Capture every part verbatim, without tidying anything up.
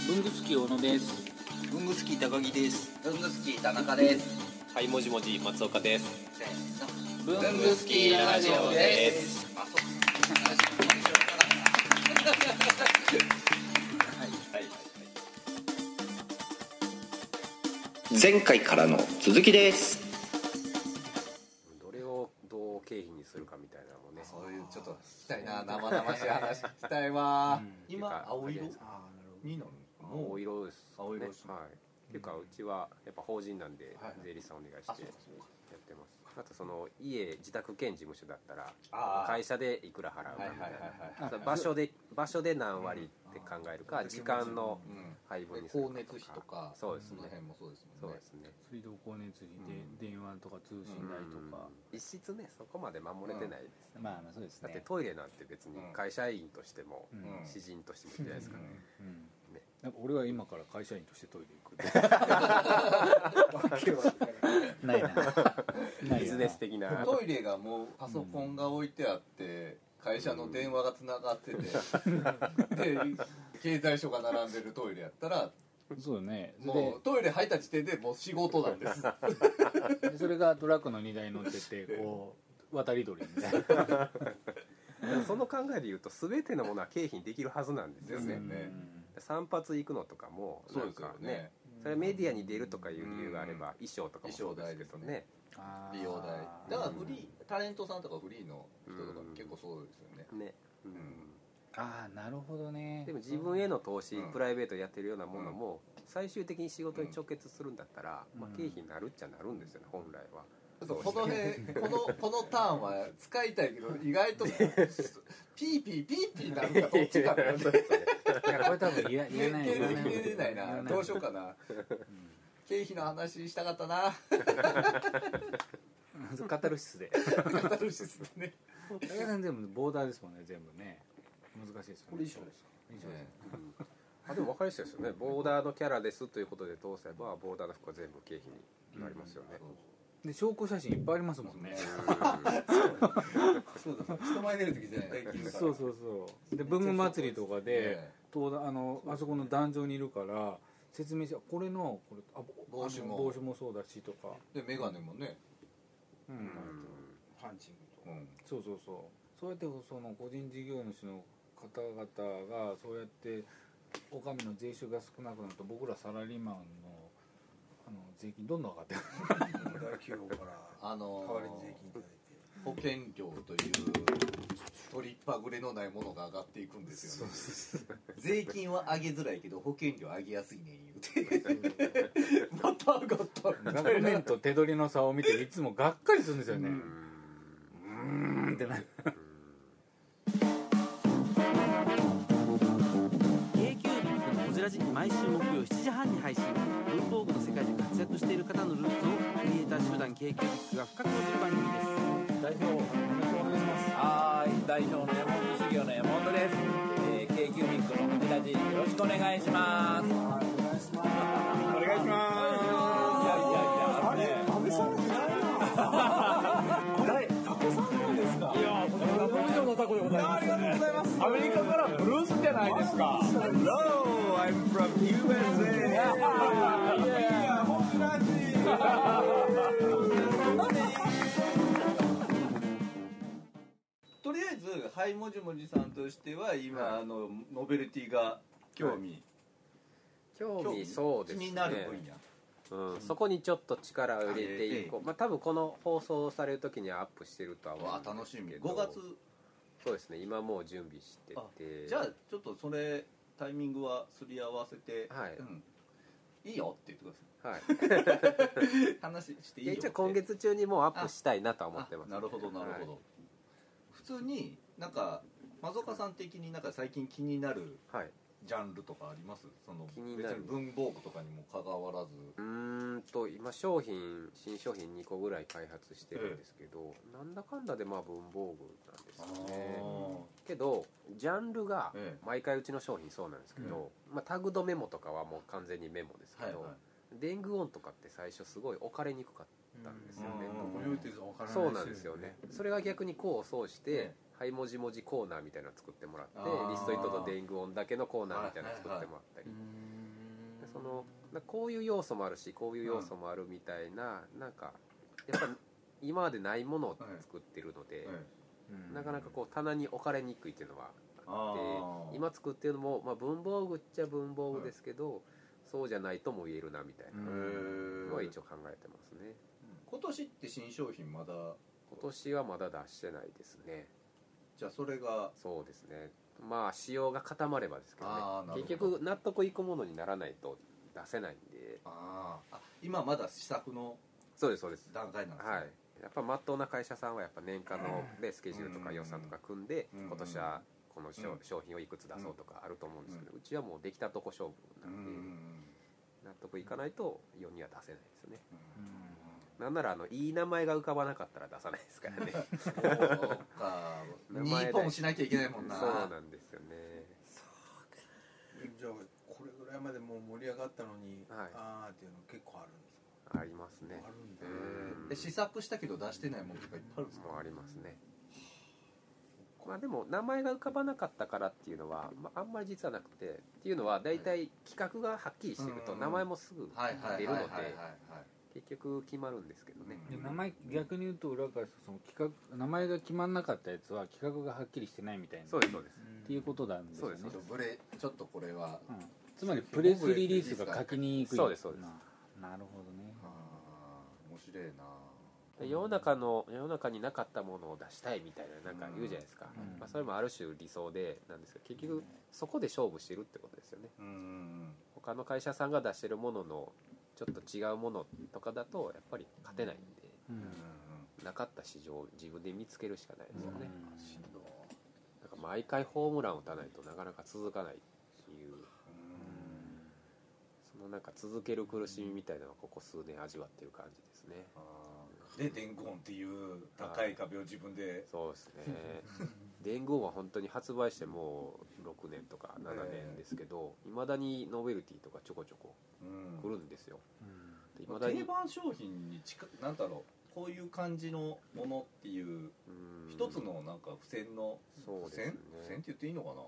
文具好き小野です。 文具好き高木です。 文具好き田中です。 はい、もじもじ松岡です。 せーの、 文具好きラジオです。 あ、そう前回からの続きです。 どれをどう経費にするかみたいなのもね、 そういうちょっと聞きたいな、生々しい話聞きたいわ、うん、今青色になるの？ 青色です、ね、 青色です、 はい。っていうかうちはやっぱ法人なんで税理士さんお願いしてやってます。あとその家自宅兼事務所だったら会社でいくら払うかみたいな、場所で場所で何割って考えるか、時間の配分にするかとか、 光熱費とか、 そうですね、 その辺もそうですもんね。 そうですね、 水道光熱費で電話とか通信代とか、 一室ねそこまで守れてないです、 うん、まあそうですね。 だってトイレなんて別に会社員としても私人としてもいいじゃないですか。 俺は今から会社員としてトイレ行くないなビジネス的な。 トイレがもうパソコンが置いてあって会社の電話がつながってて、で経済書が並んでるトイレやったら、 そうね、 もうトイレ入った時点でもう仕事なんです。 でそれがトラックの荷台に乗っててこう渡り鳥みたいな。 その考えで言うと全てのものは経費にできるはずなんですよね。散髪行くのとかもなんかね、それメディアに出るとかいう理由があれば衣装とかもそうですけどね、 美容代だからフリータレントさんとかフリーの人とか結構そうですよね。ね、 うん、ああなるほどね。 でも自分への投資、プライベートでやってるようなものも最終的に仕事に直結するんだったら、まあ経費になるっちゃなるんですよね、本来は。 この辺このこのターンは使いたいけど意外とピーピーピーピーなるかどっちかだよね。 いやこれ多分言えない言えないな。どうしようかな。経費の話したかったな。 カタルシスで。 カタルシスでね。 高木さん全部ボーダーですもんね、全部ね。難しいですよね。 これ衣装ですか。 衣装です。 あでも分かりやすいですよね。ボーダーのキャラですということで通せばボーダーの服は全部経費になりますよね。 で証拠写真いっぱいありますもんね。 そうだ、人前出る時じゃない。 そうそうそう。で文具祭りとかで、東大あのあそこの壇上にいるから説明して、これのこれあ帽子も帽子もそうだしとか。 でメガネもね。 うん。 ハンチングと。 そうそうそう。そうやってその個人事業主の方々がそうやってお上の税収が少なくなると、僕らサラリーマンのあの税金どんどん上がってる。 大企業からあのー、 代わりに税金いただいて、 保険料という取りっぱぐれのないものが上がっていくんですよね。そうそう税金は上げづらいけど保険料上げやすいねん言うてまた上がったみたいな。 額面と手取りの差を見ていつもがっかりするんですよね。うーんってなる。 毎週木曜しちじはんに配信。文房具の世界で活躍している方のルーツをクリエイター集団 ケーキュービックが深く落ちる番組です。 代表お願いします。 はい、代表の山本修行の山本です。えー、ケーキュービックのこちらでよろしくお願いします。 お願いします。 お願いします。いやいやいや、あれ安倍さんいないな。誰？タコさんなんですか。いや、これタコ以上のタコでございます。ありがとうございます。アメリカからブルースじゃないですか。Hello, I'm from ユーエスエー。いやいや、もうラジとりあえずはいもじもじさんとしては今、はい、あのノベルティが興味、 興味そうですね、 気になる分野、うん、そこにちょっと力を入れていこう、まあ、多分この放送される時にはアップしてるとは思うんですけど。 楽しみ。ごがつ。 そうですね、今もう準備してて。 じゃあちょっとそれタイミングはすり合わせて、 はい、 うん、いいよって言ってください。はい、話していいよって。 一応今月中にもうアップしたいなとは思ってます。 なるほどなるほど、はい、普通になんか松岡さん的になんか最近気になるジャンルとかあります？その別に文房具とかにもかかわらず。 うーんと今商品新商品にこぐらい開発してるんですけど、ええ、なんだかんだでまあ文房具なんですよね。けどジャンルが毎回うちの商品そうなんですけど、ええ、まあ、タグとメモとかはもう完全にメモですけど、はいはい、伝具音とかって最初すごい置かれにくかったんですよね。そうなんですよね。それが逆に功を奏してはい文字文字コーナーみたいなの作ってもらってあーリストイットと伝言音だけのコーナーみたいなの作ってもらったり、でそのこういう要素もあるしこういう要素もあるみたいな、なんかやっぱ今までないものを作ってるので、なかなかこう棚に置かれにくいっていうのはあって、今作ってるのも、まあ、文房具っちゃ文房具ですけど、そうじゃないとも言えるなみたいなのは一応考えてますね。 今年って新商品まだ今年はまだ出してないですね。 じゃあそれがそうですね、まあ仕様が固まればですけどね、 あーなるほど結局納得いくものにならないと出せないんで。 あーあ今まだ試作のそうですそうです、 段階なんですね、 はい、やっぱまっとうな会社さんはやっぱ年間のでスケジュールとか予算とか組んで、 うん今年はこの商うん商品をいくつ出そうとかあると思うんですけど、うちはもうできたとこ勝負うなんで、 ん納得いかないと世には出せないですね。 うんなんならあのいい名前が浮かばなかったら出さないですからねそうか名前でにポンしなきゃいけないもんなそうなんですよね。 じゃあこれぐらいまでもう盛り上がったのに、 はいあーっていうの結構あるんですか？ ありますね。 あるんだうんで試作したけど出してないものとかいっぱいあるんですか？ もうありますね。まあでも名前が浮かばなかったからっていうのは、まあ、あんまり実はなくて、っていうのは大体企画がはっきりしてるとうん名前もすぐはいはい出るのではいはいはい結局決まるんですけどね。 で名前逆に言うと裏からその企画名前が決まんなかったやつは企画がはっきりしてないみたいなそうですそうです。 っていうことなんですよね。 そうですちょっとブレちょっとこれはうんつまりプレスリリースが書きにくい。 そうですそうですななるほどね。 あー面白いなで世の中の世の中になかったものを出したいみたいななんか言うじゃないですか、 うんまあ、それもある種理想でなんですけど、結局そこで勝負してるってことですよね。 うん他の会社さんが出してるもののちょっと違うものとかだとやっぱり勝てないんで、 うんなかった市場を自分で見つけるしかないですよね。 うんしんどだから毎回ホームラン打たないとなかなか続かないっていう、そのなんか続ける苦しみみたいなのはここ数年味わってる感じですね。 で伝言っていう高い壁を自分でそうですね伝言は本当に発売してもうろくねんとかななねんですけど、いまだにノベルティとかちょこちょこうん来るんですよ。 うんいまだに定番商品に近くなんだろうこういう感じのものっていううん一つのなんか付箋のそうですね付箋付箋って言っていいのかなね、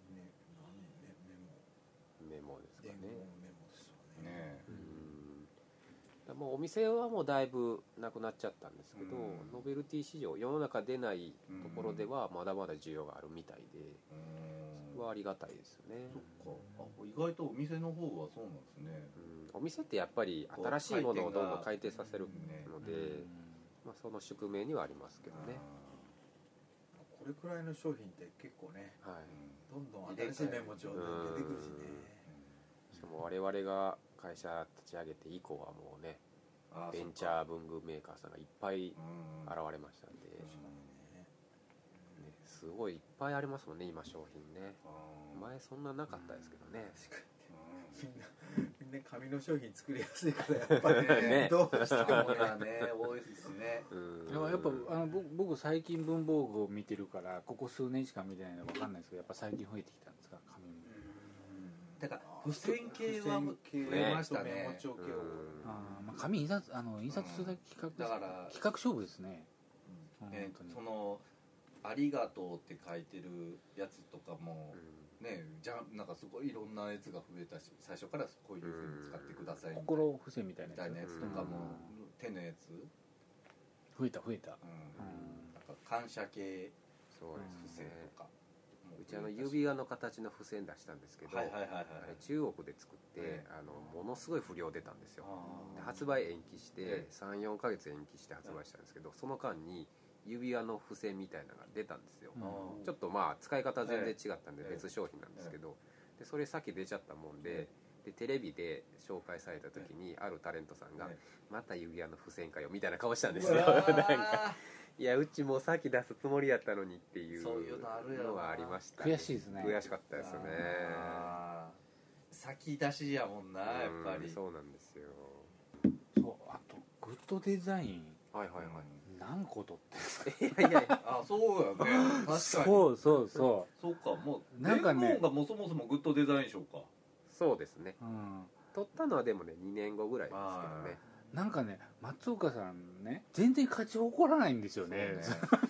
何ねメモメモですかね。 伝言メモですよね。 ねうんもうお店はもうだいぶなくなっちゃったんですけど、 うんノベルティ市場世の中出ないところではまだまだ需要があるみたいで、 うんそれはありがたいですよね。 そっかあ意外とお店の方はそうなんですねうんお店ってやっぱり新しいものをどんどん改定させるので、 うんまあ、その宿命にはありますけどね。 これくらいの商品って結構ね、 はいどんどん新しいメモ帳で出てくるしね。 しかも我々が会社立ち上げて以降はもうねあベンチャー文具メーカーさんがいっぱいうん現れましたんで、ね、 ねすごいいっぱいありますもんね今商品ね。 うん前そんななかったですけどね。 みんなみんな紙の商品作りやすいからやっぱりねねどうしてもそうねだね多いですねうんいややっぱあの僕僕最近文房具を見てるからここ数年しか見てないので分かんないですけどやっぱ最近増えてきたんですか紙も。 だから付箋系は増付箋えましたとメモね帳系をあーまあ紙印刷あの印刷するだけ企画、 だから企画勝負ですね。うんね本当にその「ありがとう」って書いてるやつとかもねじゃなんかすごいいろんなやつが増えたし最初からこういうふうに使ってくださいみたいな心付箋みたいなみたいなやつとかも手のやつ増えた増えた。 うんうんなんか感謝系そうです付箋ね。 とかうちあの指輪の形の付箋出したんですけど、 はいはいはいはいあれ中国で作って、 えあのものすごい不良出たんですよ。 あーで発売延期してええさんよんかげつ延期して発売したんですけど、その間に指輪の付箋みたいなのが出たんですよ。 うんちょっとまあ使い方全然違ったんでええ別商品なんですけど、でそれさっき出ちゃったもんで、でテレビで紹介された時にあるタレントさんがえ 「また指輪の付箋かよ」みたいな顔したんですよ。 うわーなんかいやうちもさっき出すつもりやったのにっていうそういうのあるやろなのはありました、 悔しいですね悔しかったですよね。 あー先出しやもんなやっぱりうんそうなんですよ。 そうあとグッドデザインはいはいはい。 何個取っていやいやいやあそうやね確かにそうそうそそうかもうなんかね伝言がもうそもそもグッドデザイン賞かそうですね。 う、うん、 撮ったのはでもねにねんごぐらいですけどね。 なんかね松岡さんね全然勝ち誇らないんですよね。 そうね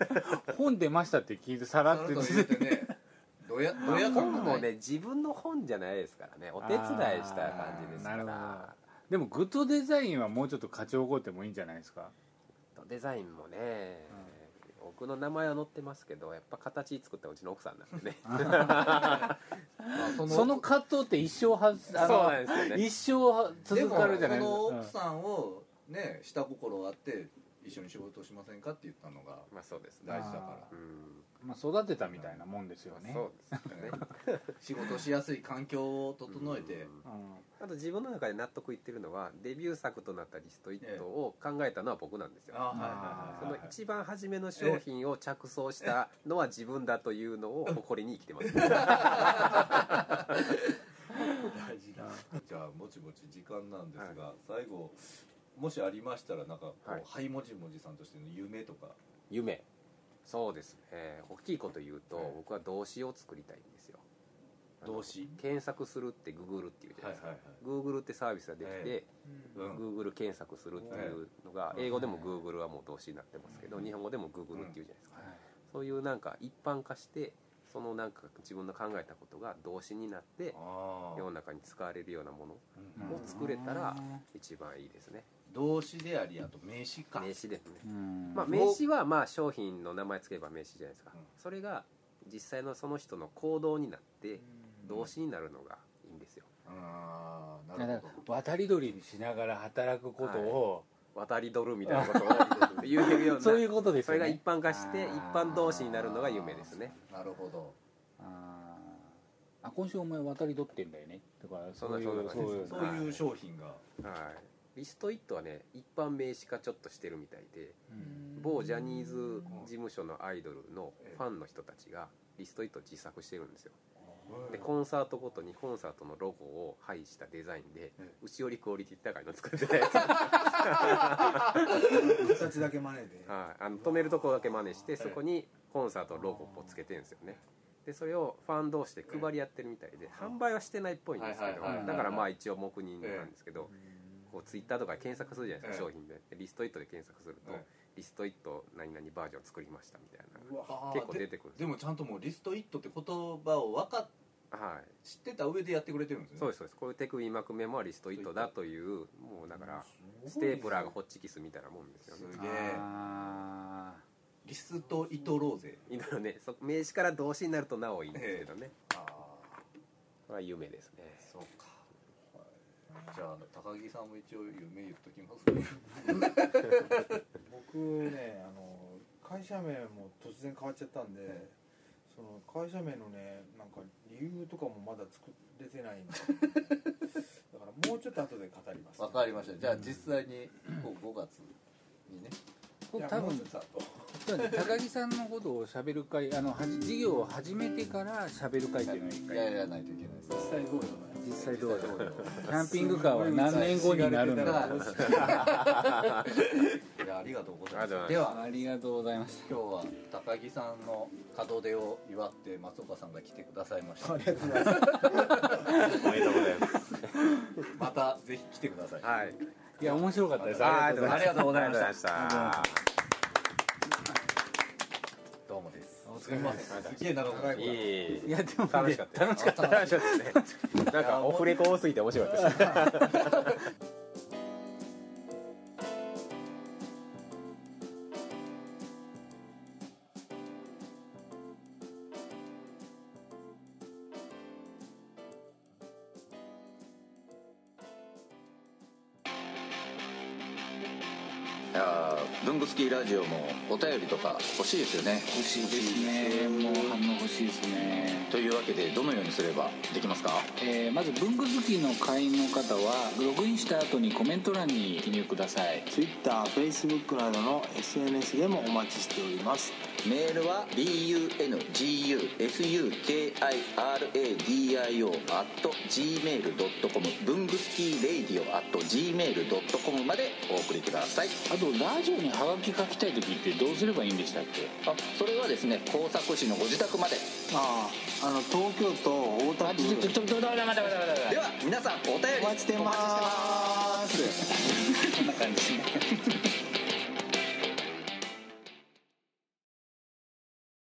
本出ましたって聞いてさらって言ってねどやどや本もね自分の本じゃないですからね、お手伝いした感じですから。 なるほど。でもグッドデザインはもうちょっと勝ち起こってもいいんじゃないですか。 デザインもね、うん、僕の名前は載ってますけどやっぱ形作ったうちの奥さんなんでねまあそのその葛藤って一生はあのそうなんですよね。 一生続かるじゃないでですか。 もその奥さんをね下心あって一緒に仕事をしませんかって言ったのがまあそうですね、 大事だからうん、 まあ育てたみたいなもんですよね。 そうですね仕事しやすい環境を整えて、 うんあと自分の中で納得いってるのはデビュー作となったリストイットを考えたのは僕なんですよ、 あはいはいそのはいはい一番初めの商品を着想したのは自分だというのを誇りに生きてます大事だ。 じゃあぼちぼち時間なんですが、最後もしありましたらなんかこう、 はいはいもじもじさんとしての夢とか。 夢、そうですね、大きいこと言うと、 はい僕は動詞を作りたいんですよ。あの動詞検索するってグーグルっていうじゃないですか、 はいはいはい Google ってサービスができて、 えうん Google 検索するっていうのが、英語でも Google はもう動詞になってますけど、日本語でも Google っていうじゃないですか、そういうなんか一般化してそのなんか自分の考えたことが動詞になってあ世の中に使われるようなものーを作れたら一番いいですね。 動詞でありあと名詞か。 名詞ですね、 うんまあ、名詞はまあ商品の名前つければ名詞じゃないですか、 うんそれが実際のその人の行動になって動詞になるのがいいんですよ。 ああだからなるほど。 渡り鳥にしながら働くことを、 渡り鳥みたいなことを言えるようなそういうことですよね。 それが一般化してあー一般動詞になるのが夢ですね。 なるほど。 あーあ今週お前渡り鳥ってんだよねとかそんなそういうそんな感じですそういう商品が。 はい、リストイットはね一般名詞化ちょっとしてるみたいで、 うん某ジャニーズ事務所のアイドルのファンの人たちがリストイットを自作してるんですよ。でコンサートごとにコンサートのロゴを配したデザインで内寄りクオリティ高いの作ってたやつ形だけ真似で。 はい、あの止めるとこだけ真似してそこにコンサートのロゴをつけてるんですよね。でそれをファン同士で配り合ってるみたいで販売はしてないっぽいんですけど、 はいはいはいはいだからまあ一応黙認なんですけど、こうツイッターとかで検索するじゃないですか、 ええ商品でリストイットで検索すると、 えリストイット何々バージョン作りましたみたいなうわあー結構出てくるんですよ。 でもちゃんともうリストイットって言葉を分かっはい知ってた上でやってくれてるんですよね。 そうですそうです、こういう手首巻くメモはリストイットだというもうだからステープラーがホッチキスみたいなもんですよね。 すげえ。 あリストイトローゼ。 いろいろね、そ名詞から動詞になるとなおいいんですけどね、 ああこれは夢ですね。 そうか。はい、じゃあ高木さんも一応夢言っときます。 僕ね、あの会社名も突然変わっちゃったんで、その会社名のね、なんか理由とかもまだ作れてないんでだからもうちょっと後で語ります。 わかりました。じゃあ実際にごがつにね。 いやこれ多分もうちょっと後そうね高木さんのことを喋る会あのはじ事業を始めてから喋る会っていうのを一い回ややらないといけないです。 実際どうよね。 実際どうだろうキャンピングカーは何年後になるのかいやありがとうございます。ではありがとうございました。 今日は高木さんの門出を祝って松岡さんが来てくださいました。 ありがとうございます。 おめでとうございますまたぜひ来てください。 はい、 いや面白かったです。 あありがとうございありがとうございましたありがとうございましたどうもです。 お疲れ様ですすいません。すげえ長くなっいえいえます。いやでもね楽しかった楽しかった。 楽しかったですね。なんかオフレコ多すぎて面白かったです。 いやー文具スキーラジオもお便りとか欲しいですよね。 欲しいですね。もう反応欲しいですね。 というわけでどのようにすればできますか？ えーまず文具好きの会員の方はログインした後にコメント欄に記入ください。 Twitter、Facebook などの エスエヌエス でもお待ちしております。 メールは ブングスキーラジオ アット ジーメールドットコム 文具スキーレイディオ アット ジーメールドットコム までお送りください。 あとラジオにハガキ書きたい時ってどうすればいいんでしたっけ？ あそれはですね工作士のご自宅まで。 ああ、あの東京都大田あ区ちょっとちょっと待って待って待って待ってでは皆さんお便りお待ちしてます。 こんな感じですね。